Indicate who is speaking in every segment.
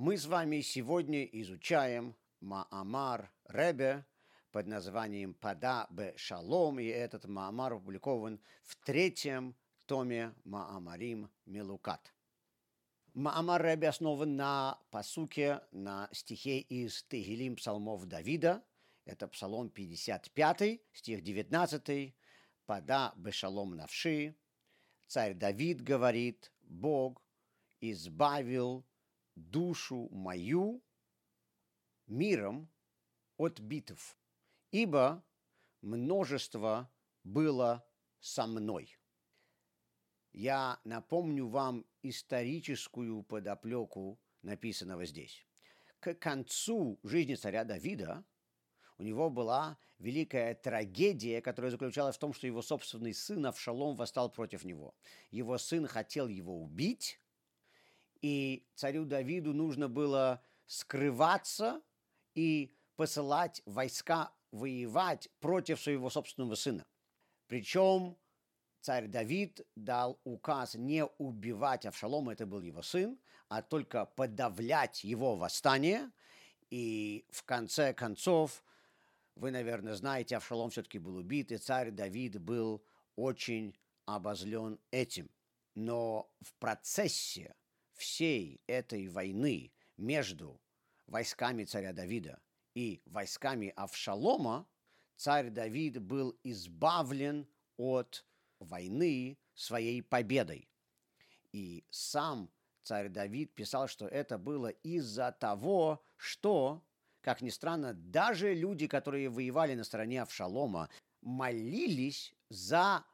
Speaker 1: Мы с вами сегодня изучаем Маамар Ребе под названием «Пада бе Шалом», и этот Маамар опубликован в третьем томе Маамарим Мелукат. Маамар Ребе основан на пасуке, на стихе из Тегилим псалмов Давида. Это псалом 55, стих 19. «Пада бе Шалом навши». Царь Давид говорит: «Бог избавил душу мою миром от битв, ибо множество было со мной». Я напомню вам историческую подоплеку написанного здесь. К концу жизни царя Давида у него была великая трагедия, которая заключалась в том, что его собственный сын Авшалом восстал против него. Его сын хотел его убить, и царю Давиду нужно было скрываться и посылать войска воевать против своего собственного сына. Причем царь Давид дал указ не убивать Авшалома, это был его сын, а только подавлять его восстание. И в конце концов, вы, наверное, знаете, Авшалом все-таки был убит, и царь Давид был очень обозлен этим. Но в процессе всей этой войны между войсками царя Давида и войсками Авшалома царь Давид был избавлен от войны своей победой. И сам царь Давид писал, что это было из-за того, что, как ни странно, даже люди, которые воевали на стороне Авшалома, молились за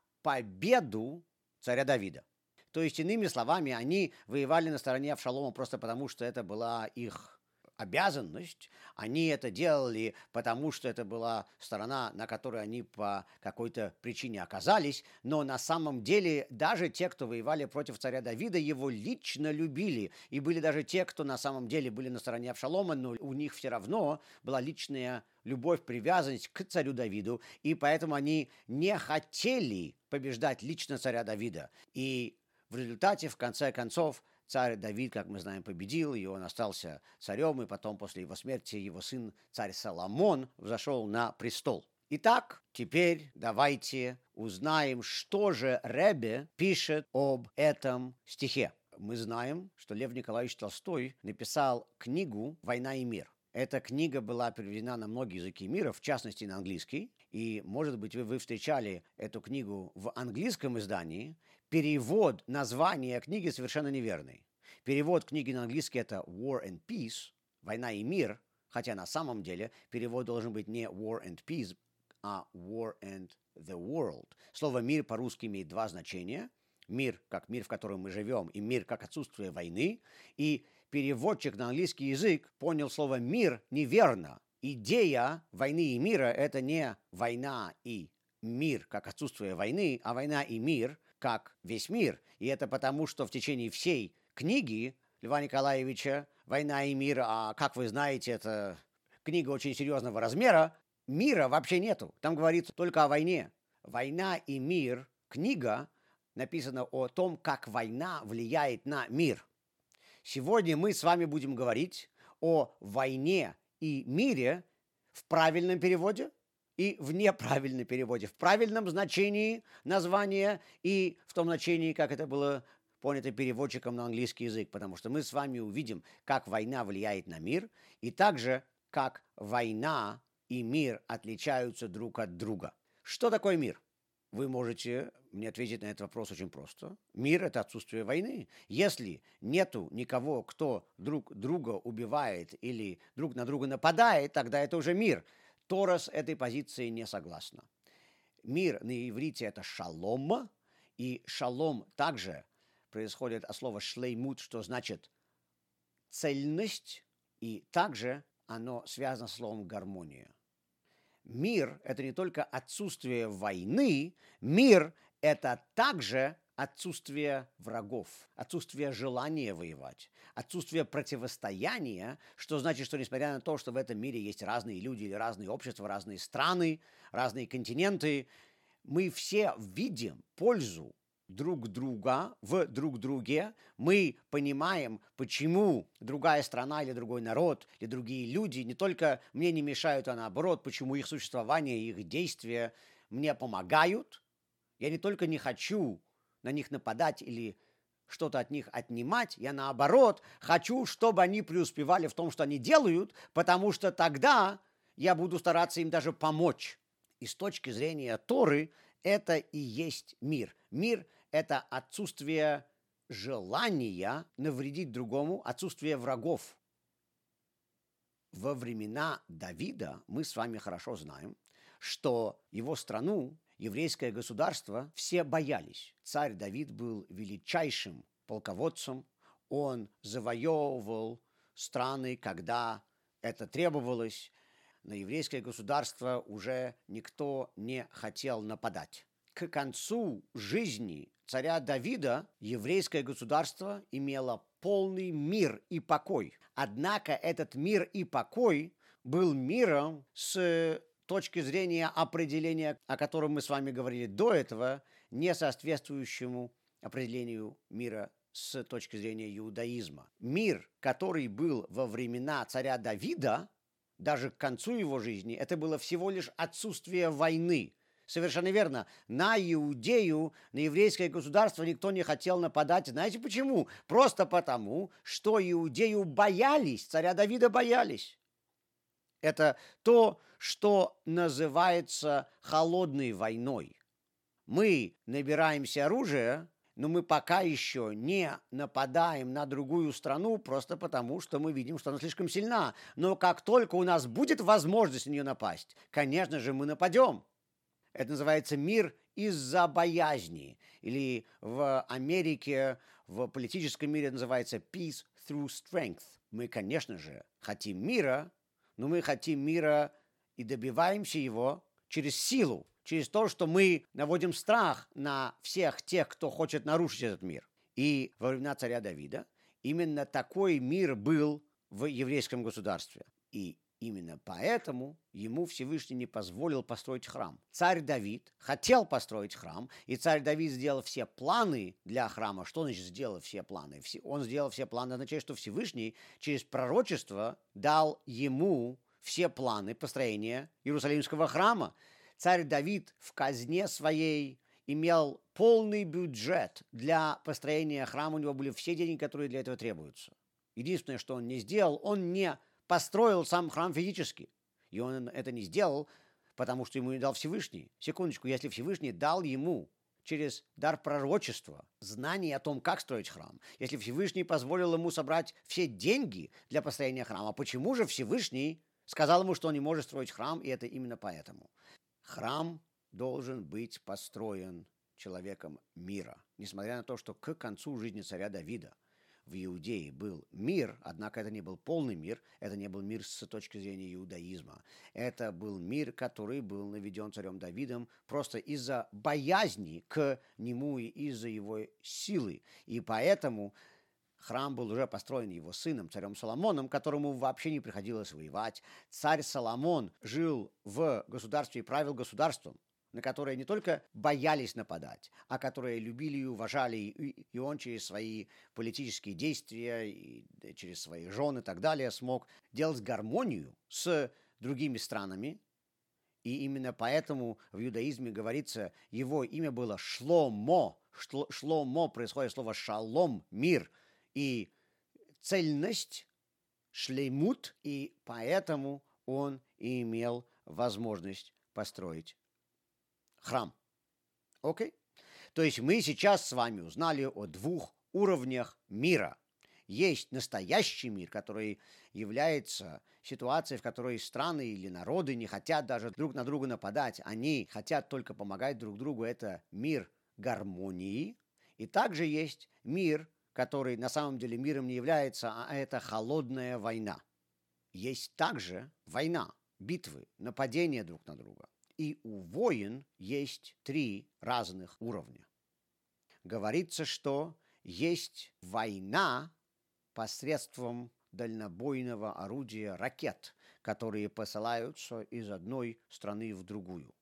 Speaker 1: победу царя Давида. То есть, иными словами, они воевали на стороне Авшалома просто потому, что это была их обязанность. Они это делали, потому что это была сторона, на которой они по какой-то причине оказались. Но на самом деле даже те, кто воевали против царя Давида, его лично любили. И были даже те, кто на самом деле были на стороне Авшалома, но у них все равно была личная любовь, привязанность к царю Давиду. И поэтому они не хотели побеждать лично царя Давида. И в результате, в конце концов, царь Давид, как мы знаем, победил, и он остался царем, и потом, после его смерти, его сын, царь Соломон, взошел на престол. Итак, теперь давайте узнаем, что же Ребе пишет об этом стихе. Мы знаем, что Лев Николаевич Толстой написал книгу «Война и мир». Эта книга была переведена на многие языки мира, в частности на английский. И, может быть, вы встречали эту книгу в английском издании. Перевод названия книги совершенно неверный. Перевод книги на английский – это «War and Peace», «Война и мир», хотя на самом деле перевод должен быть не «War and Peace», а «War and the World». Слово «мир» по-русски имеет два значения. Мир, как мир, в котором мы живем, и мир, как отсутствие войны. И переводчик на английский язык понял слово «мир» неверно. Идея войны и мира – это не война и мир, как отсутствие войны, а война и мир, как весь мир. И это потому, что в течение всей книги Льва Николаевича «Война и мир», а как вы знаете, это книга очень серьезного размера, мира вообще нету. Там говорится только о войне. «Война и мир» книга написана о том, как война влияет на мир. Сегодня мы с вами будем говорить о войне и мире в правильном переводе и в неправильном переводе. В правильном значении названия и в том значении, как это было понято переводчиком на английский язык. Потому что мы с вами увидим, как война влияет на мир, и также, как война и мир отличаются друг от друга. Что такое мир? Вы можете мне ответить на этот вопрос очень просто. Мир – это отсутствие войны. Если нету никого, кто друг друга убивает или друг на друга нападает, тогда это уже мир. Тора с этой позицией не согласна. Мир на иврите – это шалом, и шалом также происходит от слова шлеймут, что значит цельность, и также оно связано с словом гармония. Мир – это не только отсутствие войны, мир – это также отсутствие врагов, отсутствие желания воевать, отсутствие противостояния, что значит, что несмотря на то, что в этом мире есть разные люди, или разные общества, разные страны, разные континенты, мы все видим пользу друг друга, в друг друге, мы понимаем, почему другая страна или другой народ, или другие люди не только мне не мешают, а наоборот, почему их существование, их действия мне помогают. Я не только не хочу на них нападать или что-то от них отнимать, я наоборот хочу, чтобы они преуспевали в том, что они делают, потому что тогда я буду стараться им даже помочь. И с точки зрения Торы это и есть мир. Мир – это отсутствие желания навредить другому, отсутствие врагов. Во времена Давида мы с вами хорошо знаем, что его страну, еврейское государство, все боялись. Царь Давид был величайшим полководцем, он завоевывал страны, когда это требовалось. На еврейское государство уже никто не хотел нападать. К концу жизни царя Давида еврейское государство имело полный мир и покой. Однако этот мир и покой был миром с точки зрения определения, о котором мы с вами говорили до этого, не соответствующему определению мира с точки зрения иудаизма. Мир, который был во времена царя Давида, даже к концу его жизни, это было всего лишь отсутствие войны. Совершенно верно. На Иудею, на еврейское государство никто не хотел нападать. Знаете почему? Просто потому, что Иудею боялись, царя Давида боялись. Это то, что называется холодной войной. Мы набираемся оружия, но мы пока еще не нападаем на другую страну просто потому, что мы видим, что она слишком сильна. Но как только у нас будет возможность на нее напасть, конечно же, мы нападем. Это называется мир из-за боязни. Или в Америке, в политическом мире называется peace through strength. Мы, конечно же, хотим мира, но мы хотим мира и добиваемся его через силу, через то, что мы наводим страх на всех тех, кто хочет нарушить этот мир. И во времена царя Давида именно такой мир был в еврейском государстве. И именно поэтому ему Всевышний не позволил построить храм. Царь Давид хотел построить храм, и царь Давид сделал все планы для храма. Что значит сделал все планы? Он сделал все планы, означает, что Всевышний через пророчество дал ему все планы построения Иерусалимского храма. Царь Давид в казне своей имел полный бюджет для построения храма. У него были все деньги, которые для этого требуются. Единственное, что он не сделал, он не построил сам храм физически. И он это не сделал, потому что ему не дал Всевышний. Секундочку, если Всевышний дал ему через дар пророчества знание о том, как строить храм, если Всевышний позволил ему собрать все деньги для построения храма, почему же Всевышний сказал ему, что он не может строить храм, и это именно поэтому? Храм должен быть построен человеком мира. Несмотря на то, что к концу жизни царя Давида в Иудее был мир, однако это не был полный мир, это не был мир с точки зрения иудаизма. Это был мир, который был наведен царем Давидом просто из-за боязни к нему и из-за его силы. И поэтому храм был уже построен его сыном, царем Соломоном, которому вообще не приходилось воевать. Царь Соломон жил в государстве и правил государством, на которые не только боялись нападать, а которые любили и уважали, и он через свои политические действия, и через свои жены и так далее смог делать гармонию с другими странами. И именно поэтому в иудаизме говорится, его имя было Шломо. Шломо происходит слово шалом, мир, и цельность, шлеймут, и поэтому он и имел возможность построить храм. Окей? То есть мы сейчас с вами узнали о двух уровнях мира. Есть настоящий мир, который является ситуацией, в которой страны или народы не хотят даже друг на друга нападать. Они хотят только помогать друг другу. Это мир гармонии. И также есть мир, который на самом деле миром не является, а это холодная война. Есть также война, битвы, нападения друг на друга. И у войн есть 3 разных уровня. Говорится, что есть война посредством дальнобойного орудия ракет, которые посылаются из одной страны в другую.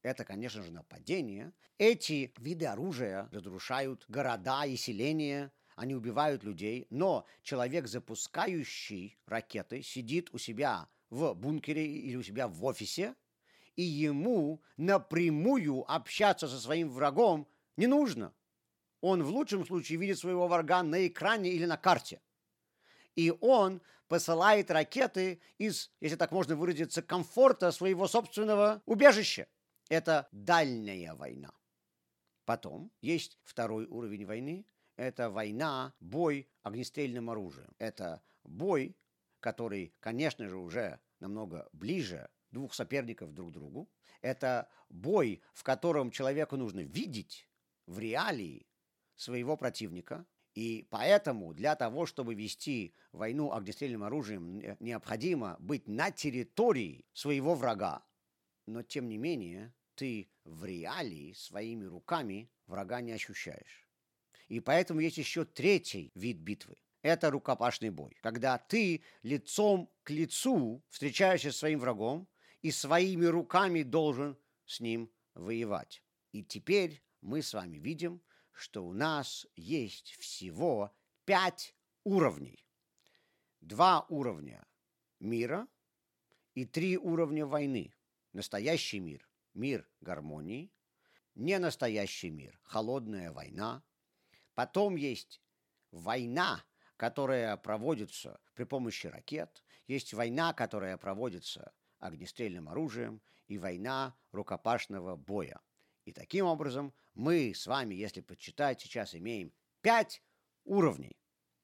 Speaker 1: это, конечно же, нападение. Эти виды оружия разрушают города и селения, они убивают людей, но человек, запускающий ракеты, сидит у себя в бункере или у себя в офисе, и ему напрямую общаться со своим врагом не нужно. Он в лучшем случае видит своего врага на экране или на карте. И он посылает ракеты из, если так можно выразиться, комфорта своего собственного убежища. Это дальняя война. Потом есть второй уровень войны. Это война, бой огнестрельным оружием. Это бой, который, конечно же, уже намного ближе двух соперников друг к другу. Это бой, в котором человеку нужно видеть в реалии своего противника. И поэтому для того, чтобы вести войну огнестрельным оружием, необходимо быть на территории своего врага. Но, тем не менее, ты в реалии своими руками врага не ощущаешь. И поэтому есть еще третий вид битвы. Это рукопашный бой. Когда ты лицом к лицу встречаешься с своим врагом и своими руками должен с ним воевать. И теперь мы с вами видим, что у нас есть всего 5 уровней. 2 уровня мира и 3 уровня войны. Настоящий мир – мир гармонии. Ненастоящий мир – холодная война. Потом есть война, которая проводится при помощи ракет. Есть война, которая проводится огнестрельным оружием. И война рукопашного боя. И таким образом мы с вами, если подсчитать, сейчас имеем 5 уровней.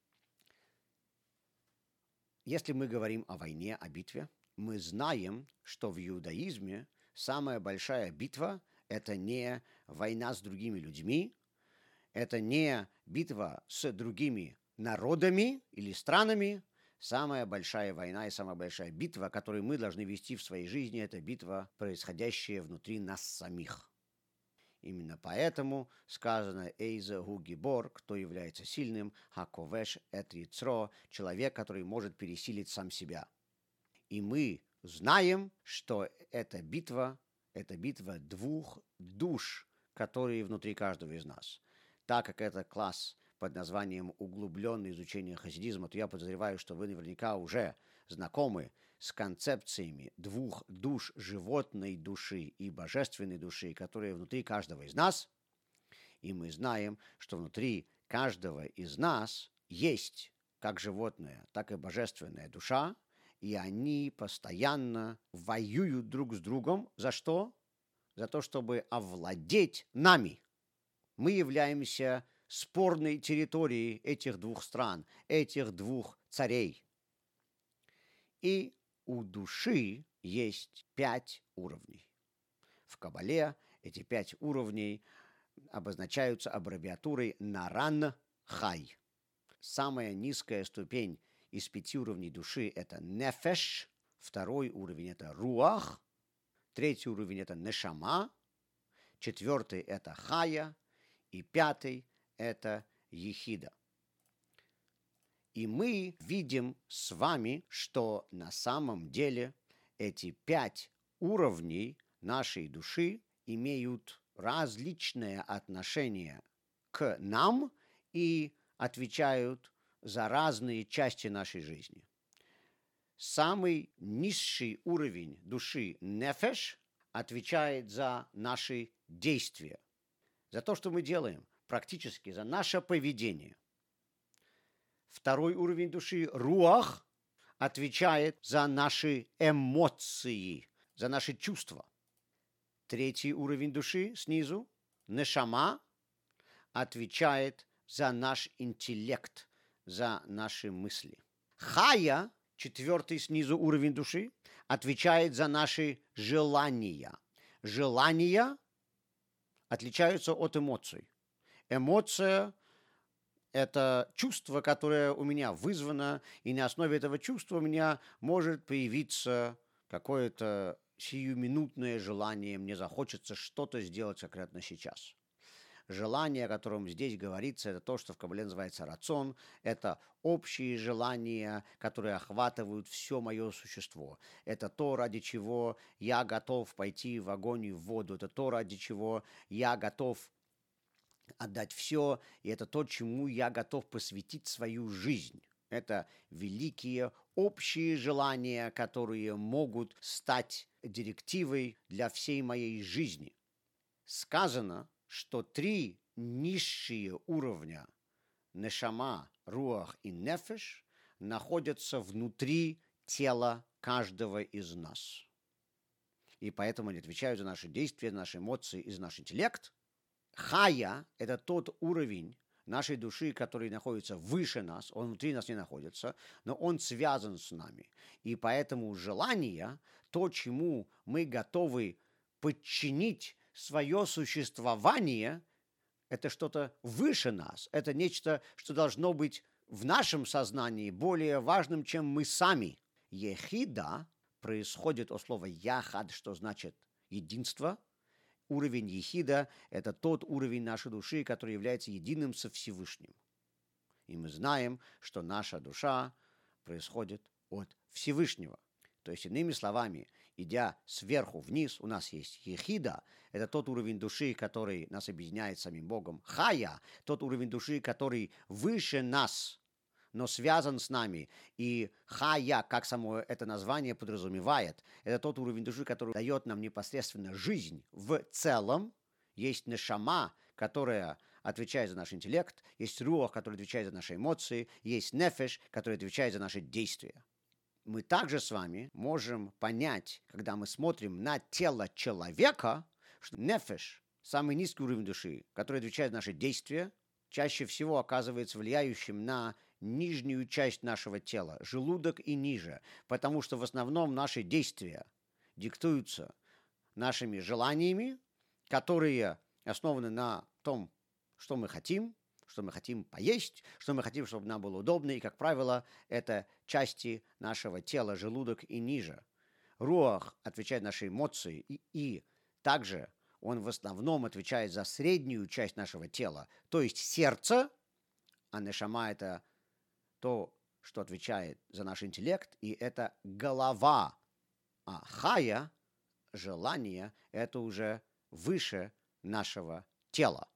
Speaker 1: Если мы говорим о войне, о битве, мы знаем, что в иудаизме самая большая битва – это не война с другими людьми, это не битва с другими народами или странами. Самая большая война и самая большая битва, которую мы должны вести в своей жизни, это битва, происходящая внутри нас самих. Именно поэтому сказано «Эйзе гу гибор», кто является сильным, «Хаковеш эт яцро», человек, который может пересилить сам себя. И мы знаем, что это битва двух душ, которые внутри каждого из нас. Так как это класс под названием «Углубленное изучение хасидизма», то я подозреваю, что вы наверняка уже знакомы с концепциями двух душ, животной души и божественной души, которые внутри каждого из нас. И мы знаем, что внутри каждого из нас есть как животная, так и божественная душа, и они постоянно воюют друг с другом. За что? За то, чтобы овладеть нами. Мы являемся спорной территорией этих двух стран, этих двух царей. И у души есть 5 уровней. В Кабале эти 5 уровней обозначаются аббревиатурой Наран-Хай. Самая низкая ступень из 5 уровней души – это Нефеш, второй уровень – это Руах, третий уровень – это Нешама, четвертый – это Хая, и пятый – это Ехида. И мы видим с вами, что на самом деле эти 5 уровней нашей души имеют различное отношение к нам и отвечают за разные части нашей жизни. Самый низший уровень души нефеш отвечает за наши действия, за то, что мы делаем, практически за наше поведение. Второй уровень души руах отвечает за наши эмоции, за наши чувства. Третий уровень души снизу, нешама, отвечает за наш интеллект, за наши мысли. Хая, четвертый снизу уровень души, отвечает за наши желания. Желания отличаются от эмоций. Эмоция – это чувство, которое у меня вызвано, и на основе этого чувства у меня может появиться какое-то сиюминутное желание, мне захочется что-то сделать конкретно сейчас. желание, о котором здесь говорится, это то, что в Кабале называется рацион. Это общие желания, которые охватывают все мое существо. Это то, ради чего я готов пойти в огонь и в воду. Это то, ради чего я готов отдать все, и это то, чему я готов посвятить свою жизнь. Это великие общие желания, которые могут стать директивой для всей моей жизни. Сказано, что 3 низшие уровня нешама, руах и нефеш находятся внутри тела каждого из нас. И поэтому они отвечают за наши действия, наши эмоции и за наш интеллект. Хая – это тот уровень нашей души, который находится выше нас, он внутри нас не находится, но он связан с нами. И поэтому желание, то, чему мы готовы подчинить свое существование, это что-то выше нас, это нечто, что должно быть в нашем сознании более важным, чем мы сами. Ехида происходит от слова яхад, что значит единство. Уровень ехида – это тот уровень нашей души, который является единым со Всевышним. И мы знаем, что наша душа происходит от Всевышнего. То есть, иными словами, идя сверху вниз, у нас есть ехида – это тот уровень души, который нас объединяет с самим Богом. Хая – тот уровень души, который выше нас, но связан с нами. И хая, как само это название подразумевает, это тот уровень души, который дает нам непосредственно жизнь в целом. Есть нешама, которая отвечает за наш интеллект, есть руах, который отвечает за наши эмоции, есть нефеш, который отвечает за наши действия. Мы также с вами можем понять, когда мы смотрим на тело человека, что нефеш, самый низкий уровень души, который отвечает за наши действия, чаще всего оказывается влияющим на нижнюю часть нашего тела, желудок и ниже, потому что в основном наши действия диктуются нашими желаниями, которые основаны на том, что мы хотим поесть, что мы хотим, чтобы нам было удобно, и, как правило, это части нашего тела, желудок и ниже. Руах отвечает за наши эмоции, и также он в основном отвечает за среднюю часть нашего тела, то есть сердце, а нешама – это то, что отвечает за наш интеллект, и это голова. А хая, желание, это уже выше нашего тела.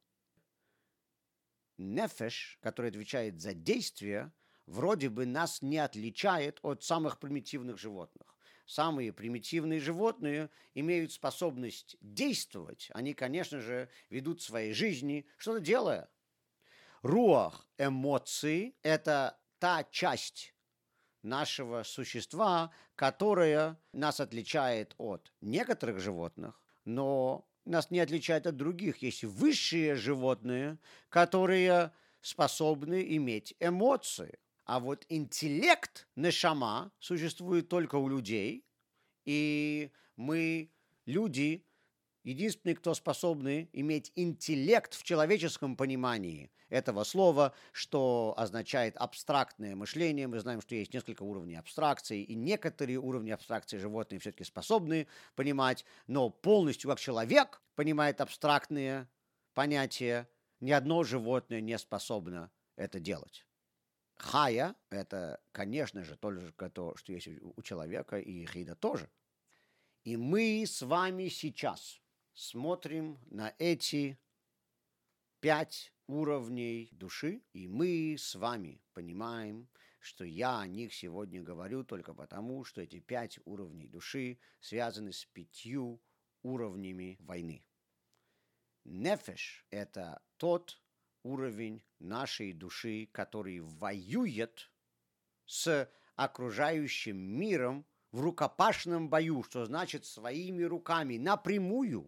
Speaker 1: Нефеш, который отвечает за действие, вроде бы нас не отличает от самых примитивных животных. Самые примитивные животные имеют способность действовать. Они, конечно же, ведут свои жизни, что-то делая. Руах, эмоции – это та часть нашего существа, которая нас отличает от некоторых животных, но нас не отличает от других. Есть высшие животные, которые способны иметь эмоции. А вот интеллект, нешама, существует только у людей, и мы, люди, единственные, кто способны иметь интеллект в человеческом понимании этого слова, что означает абстрактное мышление. Мы знаем, что есть несколько уровней абстракции, и некоторые уровни абстракции животные все-таки способны понимать, но полностью как человек понимает абстрактные понятия, ни одно животное не способно это делать. Хая – это, конечно же, только то, что есть у человека, и хида тоже. И мы с вами сейчас смотрим на эти 5 уровней души, и мы с вами понимаем, что я о них сегодня говорю только потому, что эти 5 уровней души связаны с 5 уровнями войны. Нефеш – это тот уровень нашей души, который воюет с окружающим миром в рукопашном бою, что значит своими руками, напрямую.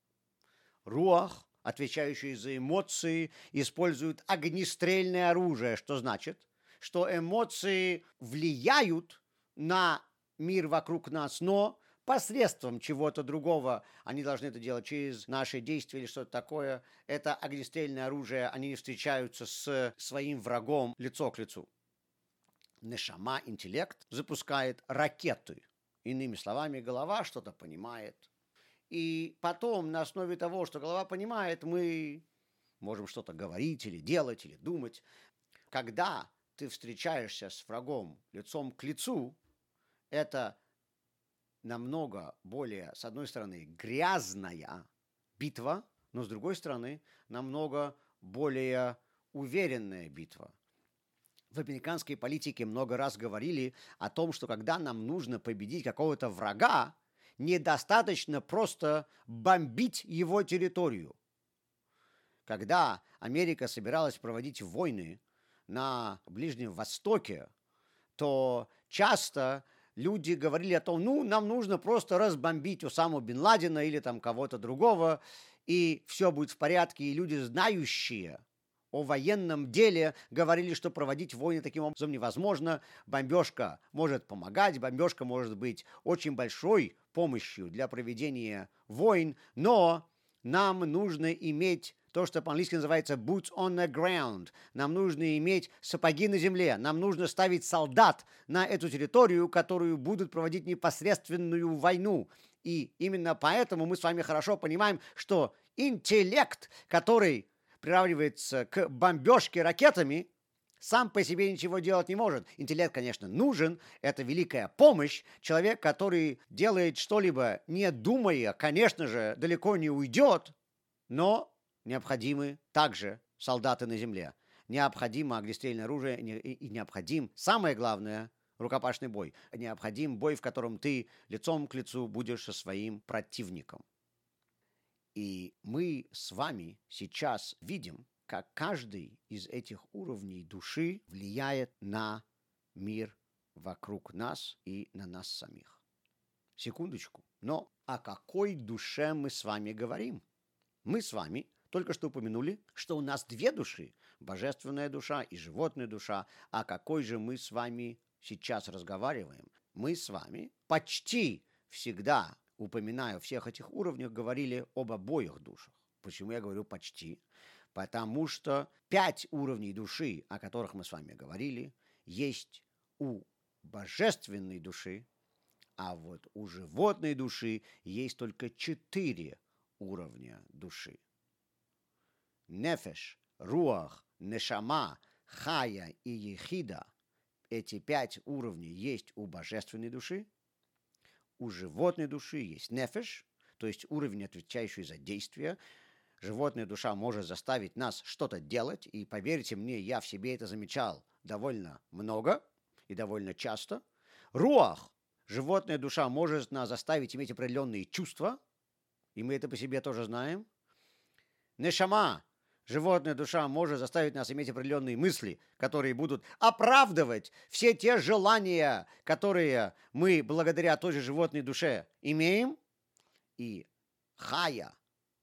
Speaker 1: Руах, отвечающий за эмоции, использует огнестрельное оружие, что значит, что эмоции влияют на мир вокруг нас, но посредством чего-то другого. Они должны это делать через наши действия или что-то такое. Это огнестрельное оружие, они не встречаются с своим врагом лицо к лицу. Нешама, интеллект, запускает ракеты. Иными словами, голова что-то понимает. И потом, на основе того, что голова понимает, мы можем что-то говорить или делать, или думать. Когда ты встречаешься с врагом лицом к лицу, это намного более, с одной стороны, грязная битва, но с другой стороны, намного более уверенная битва. В американской политике много раз говорили о том, что когда нам нужно победить какого-то врага, недостаточно просто бомбить его территорию. Когда Америка собиралась проводить войны на Ближнем Востоке, то часто люди говорили о том, нам нужно просто разбомбить Усаму бен Ладена или там кого-то другого, и все будет в порядке. И люди, знающие о военном деле, говорили, что проводить войны таким образом невозможно. Бомбежка может помогать, бомбежка может быть очень большой помощью для проведения войн, но нам нужно иметь то, что по-английски называется boots on the ground. Нам нужно иметь сапоги на земле. Нам нужно ставить солдат на эту территорию, которую будут проводить непосредственную войну. И именно поэтому мы с вами хорошо понимаем, что интеллект, который приравнивается к бомбежке ракетами, сам по себе ничего делать не может. Интеллект, конечно, нужен, это великая помощь. Человек, который делает что-либо, не думая, конечно же, далеко не уйдет, но необходимы также солдаты на земле. Необходимо огнестрельное оружие и необходим, самое главное, рукопашный бой. Необходим бой, в котором ты лицом к лицу будешь со своим противником. И мы с вами сейчас видим, как каждый из этих уровней души влияет на мир вокруг нас и на нас самих. Секундочку. Но о какой душе мы с вами говорим? Мы с вами только что упомянули, что у нас две души, божественная душа и животная душа. О какой же мы с вами сейчас разговариваем? Мы с вами почти всегда, упоминая всех этих уровнях, говорили об обоих душах. Почему я говорю почти? Потому что 5 уровней души, о которых мы с вами говорили, есть у божественной души, а вот у животной души есть только 4 уровня души. Нефеш, руах, нешама, хая и ехида. Эти 5 уровней есть у божественной души. У животной души есть нефеш, то есть уровень, отвечающий за действие. Животная душа может заставить нас что-то делать, и поверьте мне, я в себе это замечал довольно много и довольно часто. Руах, животная душа, может нас заставить иметь определенные чувства, и мы это по себе тоже знаем. Нешама, животная душа, может заставить нас иметь определенные мысли, которые будут оправдывать все те желания, которые мы благодаря той же животной душе имеем. И хая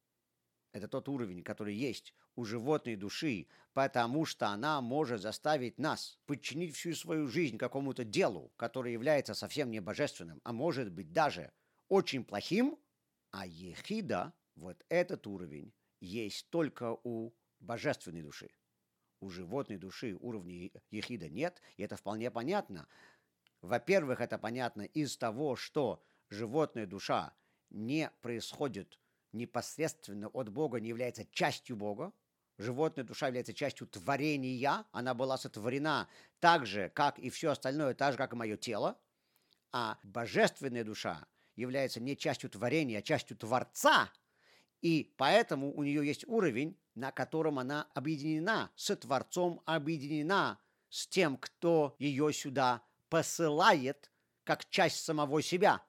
Speaker 1: – это тот уровень, который есть у животной души, потому что она может заставить нас подчинить всю свою жизнь какому-то делу, которое является совсем не божественным, а может быть даже очень плохим. А ехида, вот этот уровень, есть только у божественной души. У животной души уровня ехида нет, и это вполне понятно. Во-первых, это понятно из того, что животная душа не происходит непосредственно от Бога, не является частью Бога. Животная душа является частью творения, она была сотворена так же, как и все остальное, так же, как и мое тело. А божественная душа является не частью творения, а частью Творца, и поэтому у нее есть уровень, на котором она объединена с Творцом, объединена с тем, кто ее сюда посылает, как часть самого себя.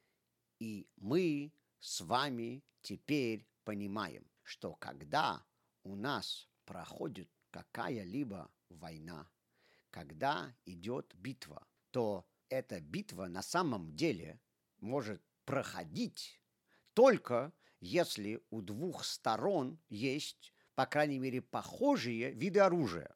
Speaker 1: И мы с вами теперь понимаем, что когда у нас проходит какая-либо война, когда идет битва, то эта битва на самом деле может проходить только если у двух сторон есть, по крайней мере, похожие виды оружия.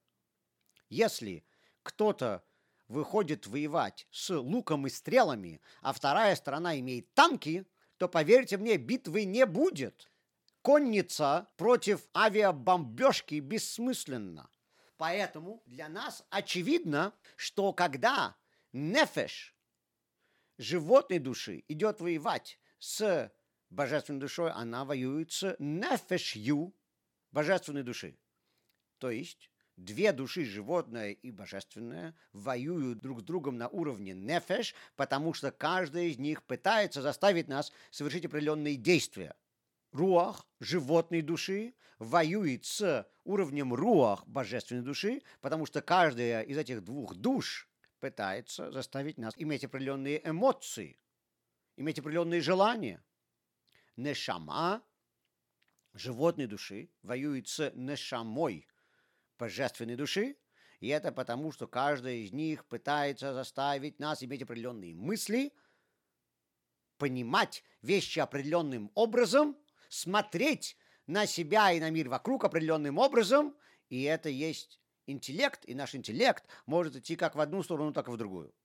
Speaker 1: Если кто-то выходит воевать с луком и стрелами, а вторая сторона имеет танки, то, поверьте мне, битвы не будет. Конница против авиабомбежки бессмысленна. Поэтому для нас очевидно, что когда нефеш, животной души, идет воевать с божественной душой, она воюет с нефешью, божественной души. То есть две души, животное и божественное, воюют друг с другом на уровне нефеш, потому что каждая из них пытается заставить нас совершить определенные действия. Руах, животной души, воюет с уровнем руах, божественной души, потому что каждая из этих двух душ пытается заставить нас иметь определенные эмоции, иметь определенные желания. Нешама, животной души, воюет с нешамой, божественной души, и это потому, что каждая из них пытается заставить нас иметь определенные мысли, понимать вещи определенным образом, смотреть на себя и на мир вокруг определенным образом, и это есть интеллект, и наш интеллект может идти как в одну сторону, так и в другую.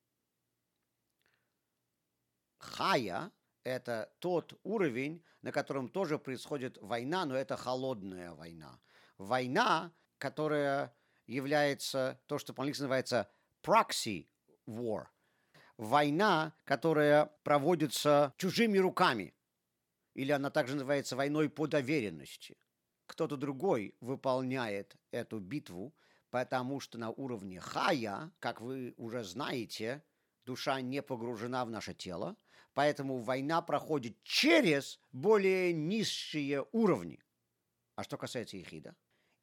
Speaker 1: Хая – это тот уровень, на котором тоже происходит война, но это холодная война. Война, которая является то, что по-английски называется proxy war. Война, которая проводится чужими руками. Или она также называется войной по доверенности. Кто-то другой выполняет эту битву, потому что на уровне хая, как вы уже знаете, душа не погружена в наше тело, поэтому война проходит через более низшие уровни. А что касается ехида?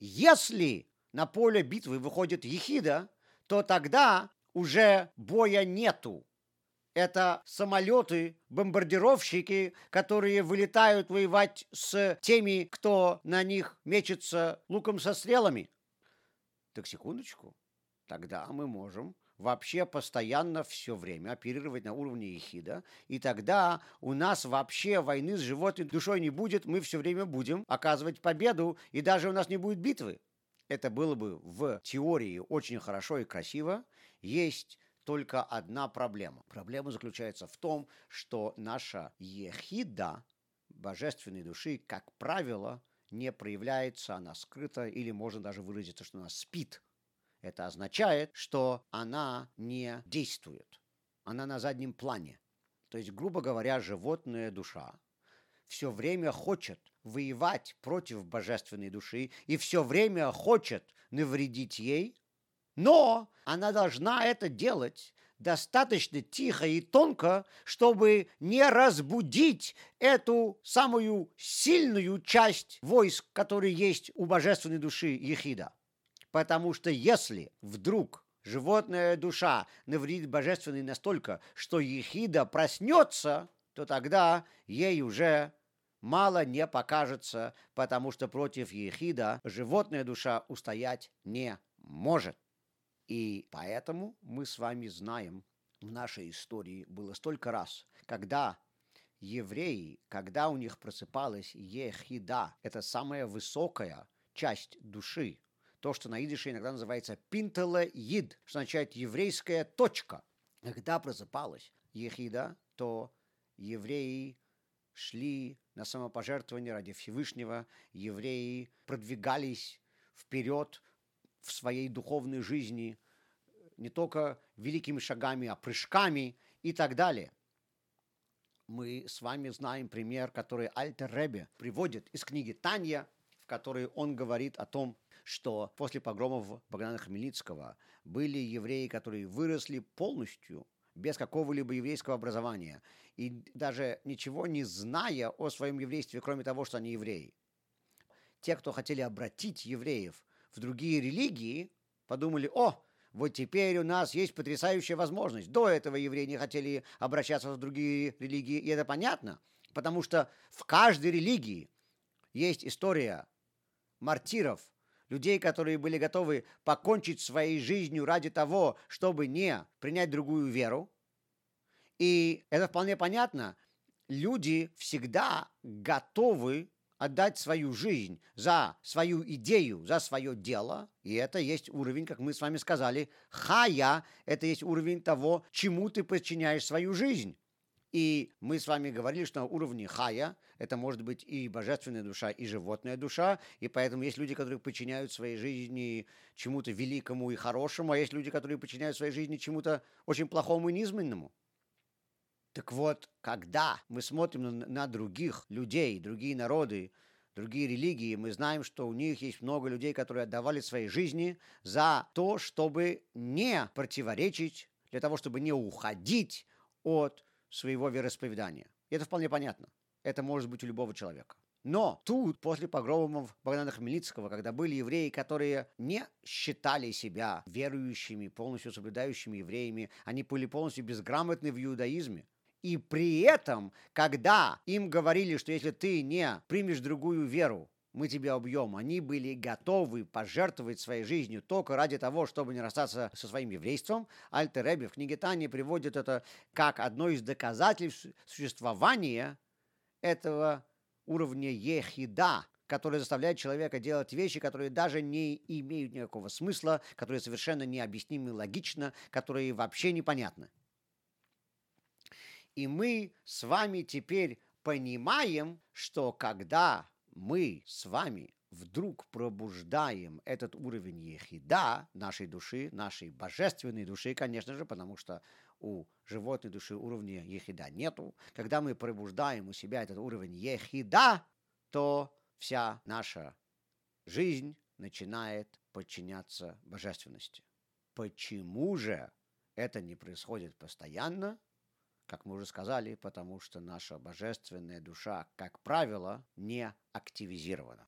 Speaker 1: Если на поле битвы выходит ехида, то тогда уже боя нету. Это самолеты, бомбардировщики, которые вылетают воевать с теми, кто на них мечется луком со стрелами. Так секундочку, тогда мы можем вообще постоянно все время оперировать на уровне ехида, и тогда у нас вообще войны с животной душой не будет, мы все время будем оказывать победу, и даже у нас не будет битвы. Это было бы в теории очень хорошо и красиво. Есть только одна проблема. Проблема заключается в том, что наша ехида, божественной души, как правило, не проявляется, она скрыта, или можно даже выразиться, что она спит. Это означает, что она не действует. Она на заднем плане. То есть, грубо говоря, животная душа все время хочет воевать против божественной души и все время хочет навредить ей, но она должна это делать достаточно тихо и тонко, чтобы не разбудить эту самую сильную часть войск, которые есть у божественной души ехида. Потому что если вдруг животная душа навредит божественной настолько, что ехида проснется, то тогда ей уже мало не покажется, потому что против ехида животная душа устоять не может. И поэтому мы с вами знаем, в нашей истории было столько раз, когда евреи, когда у них просыпалась ехида, это самая высокая часть души, то, что на идише иногда называется пинтеле-ид, что означает еврейская точка. Когда просыпалась ехида, то евреи шли на самопожертвование ради Всевышнего, евреи продвигались вперед в своей духовной жизни не только великими шагами, а прыжками и так далее. Мы с вами знаем пример, который Альтер Ребе приводит из книги Танья, в которой он говорит о том, что после погромов Богдана Хмельницкого были евреи, которые выросли полностью без какого-либо еврейского образования и даже ничего не зная о своем еврействе, кроме того, что они евреи. Те, кто хотели обратить евреев в другие религии, подумали: о, вот теперь у нас есть потрясающая возможность. До этого евреи не хотели обращаться в другие религии, и это понятно, потому что в каждой религии есть история мартиров, людей, которые были готовы покончить своей жизнью ради того, чтобы не принять другую веру. И это вполне понятно. Люди всегда готовы отдать свою жизнь за свою идею, за свое дело. И это есть уровень, как мы с вами сказали, хая, это есть уровень того, чему ты подчиняешь свою жизнь. И мы с вами говорили, что на уровне хая это может быть и божественная душа, и животная душа, и поэтому есть люди, которые подчиняют своей жизни чему-то великому и хорошему, а есть люди, которые подчиняют своей жизни чему-то очень плохому и низменному. Так вот, когда мы смотрим на других людей, другие народы, другие религии, мы знаем, что у них есть много людей, которые отдавали свои жизни за то, чтобы не противоречить, для того, чтобы не уходить от своего вероисповедания. И это вполне понятно. Это может быть у любого человека. Но тут, после погромов Богдана Хмельницкого, когда были евреи, которые не считали себя верующими, полностью соблюдающими евреями, они были полностью безграмотны в иудаизме. И при этом, когда им говорили, что если ты не примешь другую веру, мы тебя убьем, они были готовы пожертвовать своей жизнью только ради того, чтобы не расстаться со своим еврейством. Альтер Ребе в книге Тани приводит это как одно из доказательств существования этого уровня ехида, который заставляет человека делать вещи, которые даже не имеют никакого смысла, которые совершенно необъяснимы логично, которые вообще непонятны. И мы с вами теперь понимаем, что когда мы с вами вдруг пробуждаем этот уровень ехида нашей души, нашей божественной души, конечно же, потому что у животной души уровня ехида нету. Когда мы пробуждаем у себя этот уровень ехида, то вся наша жизнь начинает подчиняться божественности. Почему же это не происходит постоянно? Как мы уже сказали, потому что наша божественная душа, как правило, не активизирована.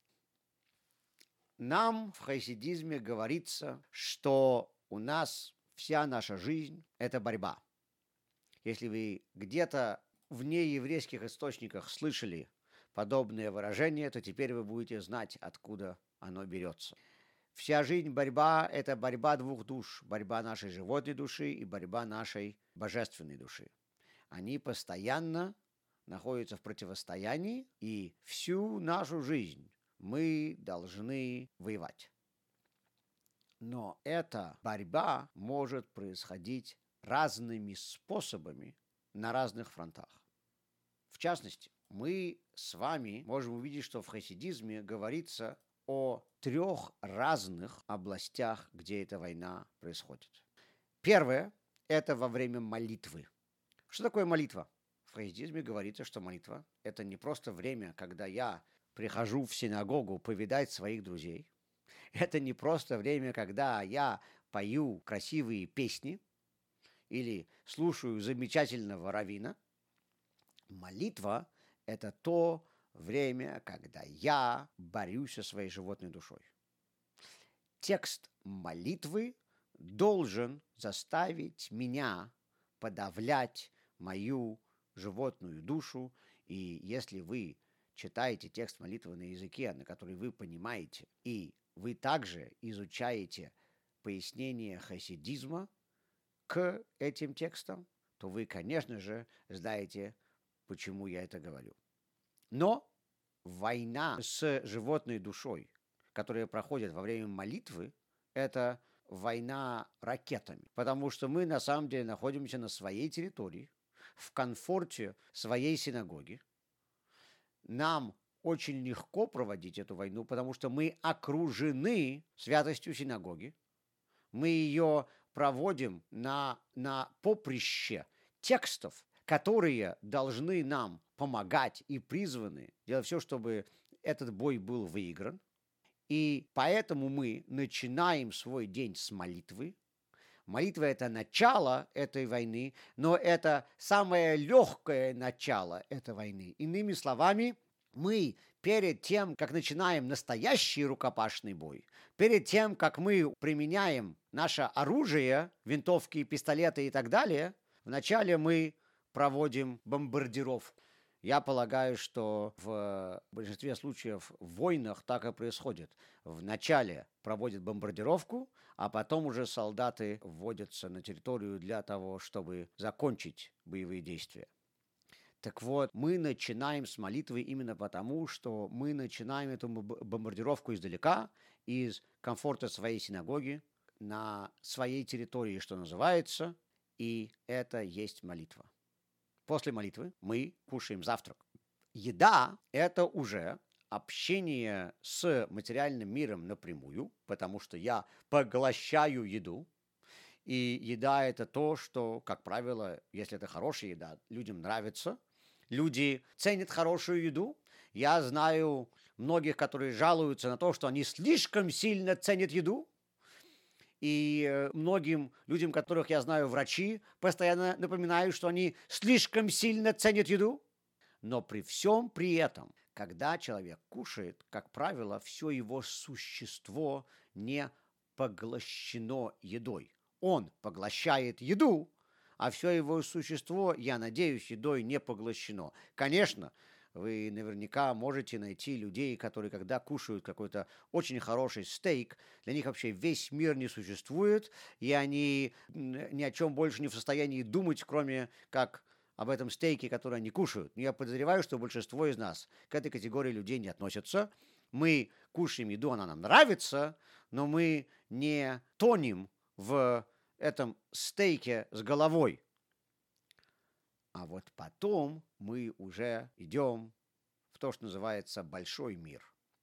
Speaker 1: Нам в хасидизме говорится, что у нас вся наша жизнь – это борьба. Если вы где-то в нееврейских источниках слышали подобное выражение, то теперь вы будете знать, откуда оно берется. Вся жизнь борьба – это борьба двух душ. Борьба нашей животной души и борьба нашей божественной души. Они постоянно находятся в противостоянии, и всю нашу жизнь мы должны воевать. Но эта борьба может происходить разными способами на разных фронтах. В частности, мы с вами можем увидеть, что в хасидизме говорится о 3 разных областях, где эта война происходит. Первое – это во время молитвы. Что такое молитва? В хасидизме говорится, что молитва – это не просто время, когда я прихожу в синагогу повидать своих друзей. Это не просто время, когда я пою красивые песни или слушаю замечательного раввина. Молитва – это то время, когда я борюсь со своей животной душой. Текст молитвы должен заставить меня подавлять мою животную душу. И если вы читаете текст молитвы на языке, на который вы понимаете, и вы также изучаете пояснение хасидизма к этим текстам, то вы, конечно же, знаете, почему я это говорю. Но война с животной душой, которая проходит во время молитвы, это война ракетами, потому что мы на самом деле находимся на своей территории, в комфорте своей синагоги. Нам очень легко проводить эту войну, потому что мы окружены святостью синагоги. Мы ее проводим на поприще текстов, которые должны нам помогать и призваны делать все, чтобы этот бой был выигран. И поэтому мы начинаем свой день с молитвы. Молитва – это начало этой войны, но это самое легкое начало этой войны. Иными словами, мы перед тем, как начинаем настоящий рукопашный бой, перед тем, как мы применяем наше оружие, винтовки, пистолеты и так далее, вначале мы проводим бомбардировку. Я полагаю, что в большинстве случаев в войнах так и происходит. Вначале проводят бомбардировку, а потом уже солдаты вводятся на территорию для того, чтобы закончить боевые действия. Так вот, мы начинаем с молитвы именно потому, что мы начинаем эту бомбардировку издалека, из комфорта своей синагоги, на своей территории, что называется, и это есть молитва. После молитвы мы кушаем завтрак. Еда – это уже общение с материальным миром напрямую, потому что я поглощаю еду. И еда – это то, что, как правило, если это хорошая еда, людям нравится. Люди ценят хорошую еду. Я знаю многих, которые жалуются на то, что они слишком сильно ценят еду. И многим людям, которых я знаю, врачи, постоянно напоминают, что они слишком сильно ценят еду. Но при всем при этом, когда человек кушает, как правило, все его существо не поглощено едой. Он поглощает еду, а все его существо, я надеюсь, едой не поглощено. Конечно, вы наверняка можете найти людей, которые, когда кушают какой-то очень хороший стейк, для них вообще весь мир не существует, и они ни о чем больше не в состоянии думать, кроме как об этом стейке, который они кушают. Но я подозреваю, что большинство из нас к этой категории людей не относятся. Мы кушаем еду, она нам нравится, но мы не тонем в этом стейке с головой. А вот потом мы уже идем в то, что называется большой мир.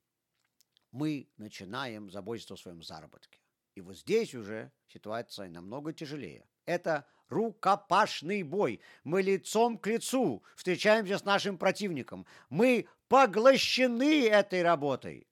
Speaker 1: Мы начинаем заботиться о своем заработке. И вот здесь уже ситуация намного тяжелее. Это рукопашный бой. Мы лицом к лицу встречаемся с нашим противником. Мы поглощены этой работой.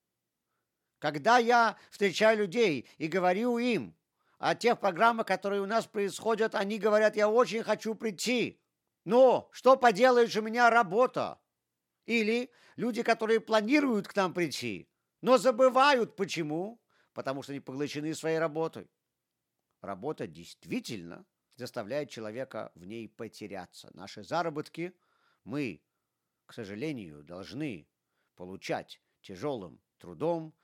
Speaker 1: Когда я встречаю людей и говорю им о тех программах, которые у нас происходят, они говорят: я очень хочу прийти, но что поделаешь, у меня работа. Или люди, которые планируют к нам прийти, но забывают. Почему? Потому что они поглощены своей работой. Работа действительно заставляет человека в ней потеряться. Наши заработки мы, к сожалению, должны получать тяжелым трудом.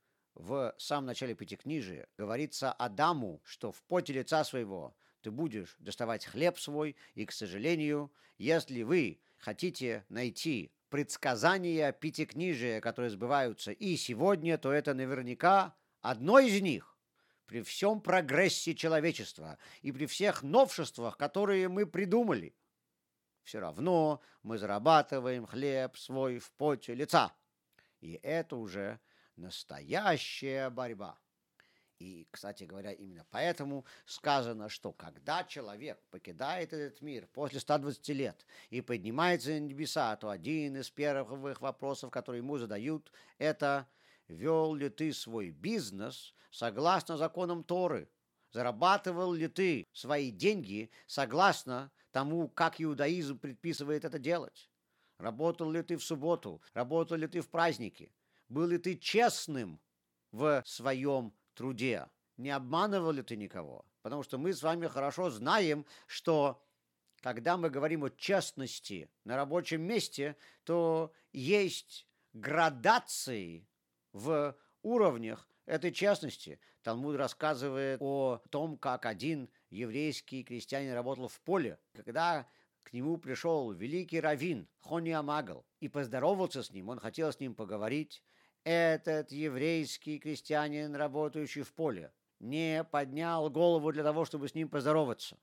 Speaker 1: В самом начале Пятикнижия говорится Адаму, что в поте лица своего ты будешь доставать хлеб свой, и, к сожалению, если вы хотите найти предсказания Пятикнижия, которые сбываются и сегодня, то это наверняка одно из них. При всем прогрессе человечества и при всех новшествах, которые мы придумали, все равно мы зарабатываем хлеб свой в поте лица. И это уже настоящая борьба. И, кстати говоря, именно поэтому сказано, что когда человек покидает этот мир после 120 лет и поднимается на небеса, то один из первых вопросов, которые ему задают, это: вел ли ты свой бизнес согласно законам Торы? Зарабатывал ли ты свои деньги согласно тому, как иудаизм предписывает это делать? Работал ли ты в субботу? Работал ли ты в праздники? Был ли ты честным в своем труде? Не обманывал ли ты никого? Потому что мы с вами хорошо знаем, что когда мы говорим о честности на рабочем месте, то есть градации в уровнях этой честности. Талмуд рассказывает о том, как один еврейский крестьянин работал в поле, когда к нему пришел великий раввин Хони Амагал и поздоровался с ним, он хотел с ним поговорить. Этот еврейский крестьянин, работающий в поле, не поднял голову для того, чтобы с ним поздороваться,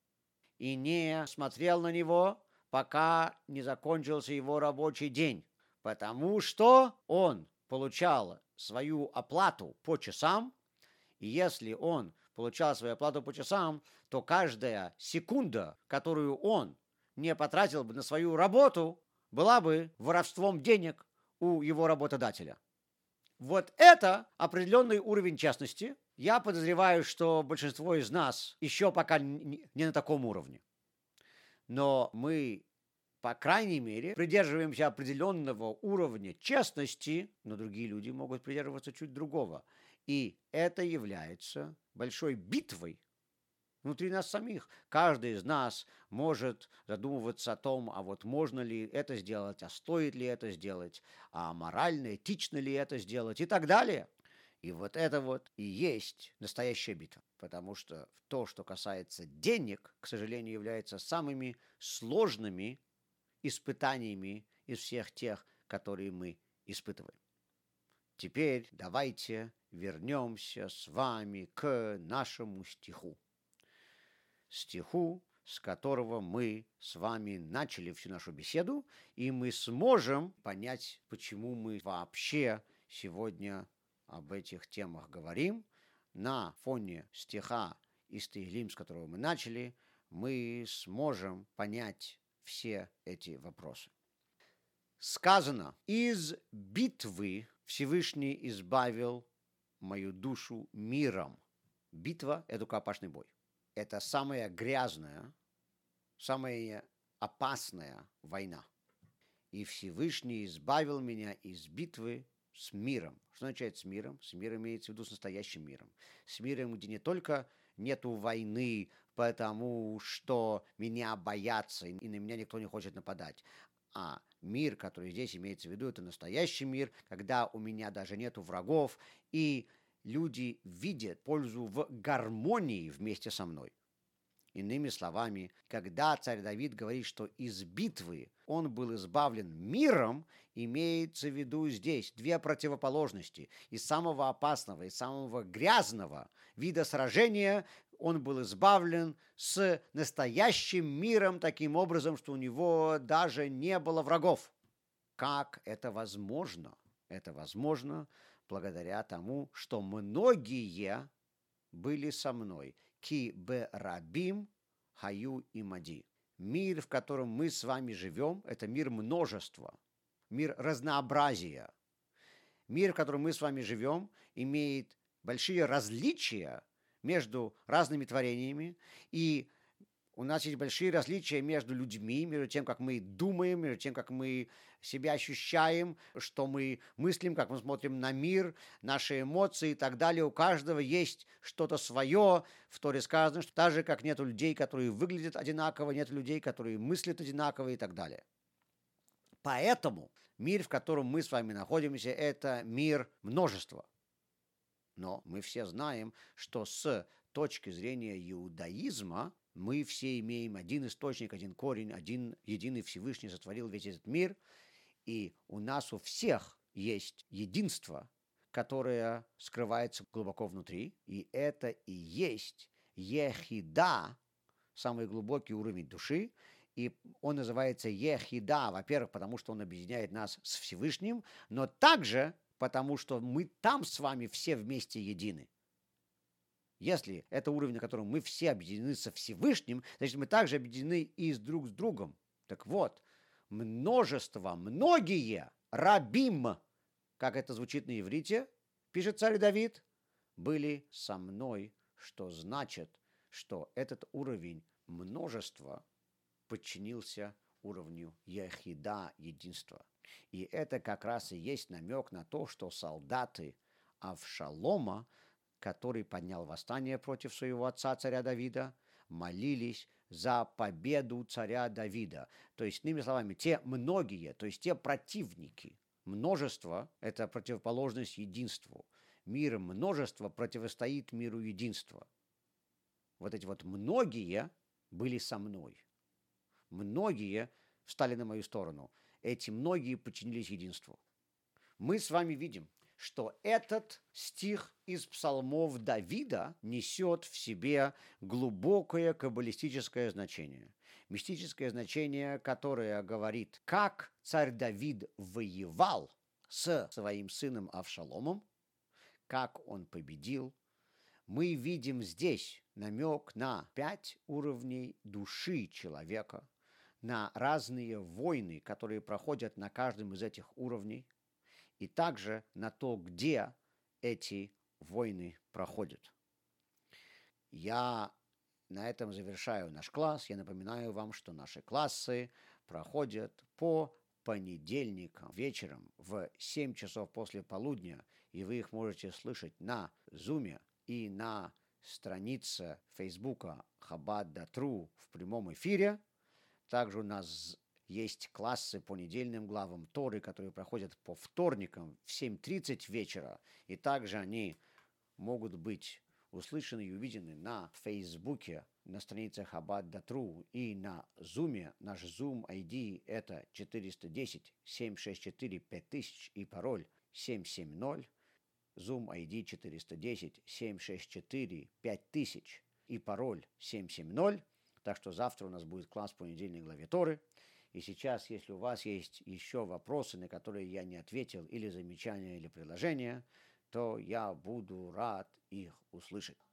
Speaker 1: и не смотрел на него, пока не закончился его рабочий день, потому что он получал свою оплату по часам, и если он получал свою оплату по часам, то каждая секунда, которую он не потратил бы на свою работу, была бы воровством денег у его работодателя. Вот это определенный уровень честности. Я подозреваю, что большинство из нас еще пока не на таком уровне. Но мы, по крайней мере, придерживаемся определенного уровня честности, но другие люди могут придерживаться чуть другого. И это является большой битвой внутри нас самих. Каждый из нас может задумываться о том, а вот можно ли это сделать, а стоит ли это сделать, а морально, этично ли это сделать и так далее. И вот это вот и есть настоящая битва. Потому что то, что касается денег, к сожалению, является самыми сложными испытаниями из всех тех, которые мы испытываем. Теперь давайте вернемся с вами к нашему стиху. Стиху, с которого мы с вами начали всю нашу беседу, и мы сможем понять, почему мы вообще сегодня об этих темах говорим. На фоне стиха из Теилим, с которого мы начали, мы сможем понять все эти вопросы. сказано: «Из битвы Всевышний избавил мою душу миром». Битва – это рукопашный бой. Это самая грязная, самая опасная война. И Всевышний избавил меня из битвы с миром. Что означает с миром? С миром имеется в виду с настоящим миром. С миром, где не только нету войны, потому что меня боятся, и на меня никто не хочет нападать. А мир, который здесь имеется в виду, это настоящий мир, когда у меня даже нету врагов, и люди видят пользу в гармонии вместе со мной. Иными словами, когда царь Давид говорит, что из битвы он был избавлен миром, имеется в виду здесь две противоположности. Из самого опасного, из самого грязного вида сражения он был избавлен с настоящим миром таким образом, что у него даже не было врагов. Как это возможно? Это возможно благодаря тому, что многие были со мной. Ки бе рабим хаю имади. Мир, в котором мы с вами живем, это мир множества, мир разнообразия. Мир, в котором мы с вами живем, имеет большие различия между разными творениями, и у нас есть большие различия между людьми, между тем, как мы думаем, между тем, как мы себя ощущаем, что мы мыслим, как мы смотрим на мир, наши эмоции и так далее. У каждого есть что-то свое. В Торе сказано, что так же, как нет людей, которые выглядят одинаково, нет людей, которые мыслят одинаково и так далее. Поэтому мир, в котором мы с вами находимся, это мир множества. Но мы все знаем, что с точки зрения иудаизма мы все имеем один источник, один корень, один единый Всевышний сотворил весь этот мир, и у нас у всех есть единство, которое скрывается глубоко внутри, и это и есть ехида, самый глубокий уровень души, и он называется ехида, во-первых, потому что он объединяет нас с Всевышним, но также потому что мы там с вами все вместе едины. Если это уровень, на котором мы все объединены со Всевышним, значит, мы также объединены и друг с другом. Так вот, множество, многие, рабим, как это звучит на иврите, пишет царь Давид, были со мной, что значит, что этот уровень множества подчинился уровню яхида, единства. И это как раз и есть намек на то, что солдаты Авшалома, который поднял восстание против своего отца, царя Давида, молились за победу царя Давида. То есть, иными словами, те многие, то есть те противники, множество – это противоположность единству. Мир множества противостоит миру единства. Вот эти вот многие были со мной. Многие встали на мою сторону. Эти многие подчинились единству. Мы с вами видим, что этот стих из псалмов Давида несет в себе глубокое каббалистическое значение. Мистическое значение, которое говорит, как царь Давид воевал с своим сыном Авшаломом, как он победил. Мы видим здесь намек на 5 уровней души человека, на разные войны, которые проходят на каждом из этих уровней, и также на то, где эти войны проходят. Я на этом завершаю наш класс. Я напоминаю вам, что наши классы проходят по понедельникам вечером в 7 часов после полудня, и вы их можете слышать на Zoom и на странице Фейсбука Chabad.ru в прямом эфире. Также у нас есть классы по недельным главам Торы, которые проходят по вторникам в 7:30 вечера. И также они могут быть услышаны и увидены на Фейсбуке, на странице Chabad.ru и на Zoom. Наш Zoom ID это 410-764-5000 и пароль 770. Zoom ID 410-764-5000 и пароль 770. Так что завтра у нас будет класс по недельной главе Торы. И сейчас, если у вас есть еще вопросы, на которые я не ответил, или замечания, или предложения, то я буду рад их услышать.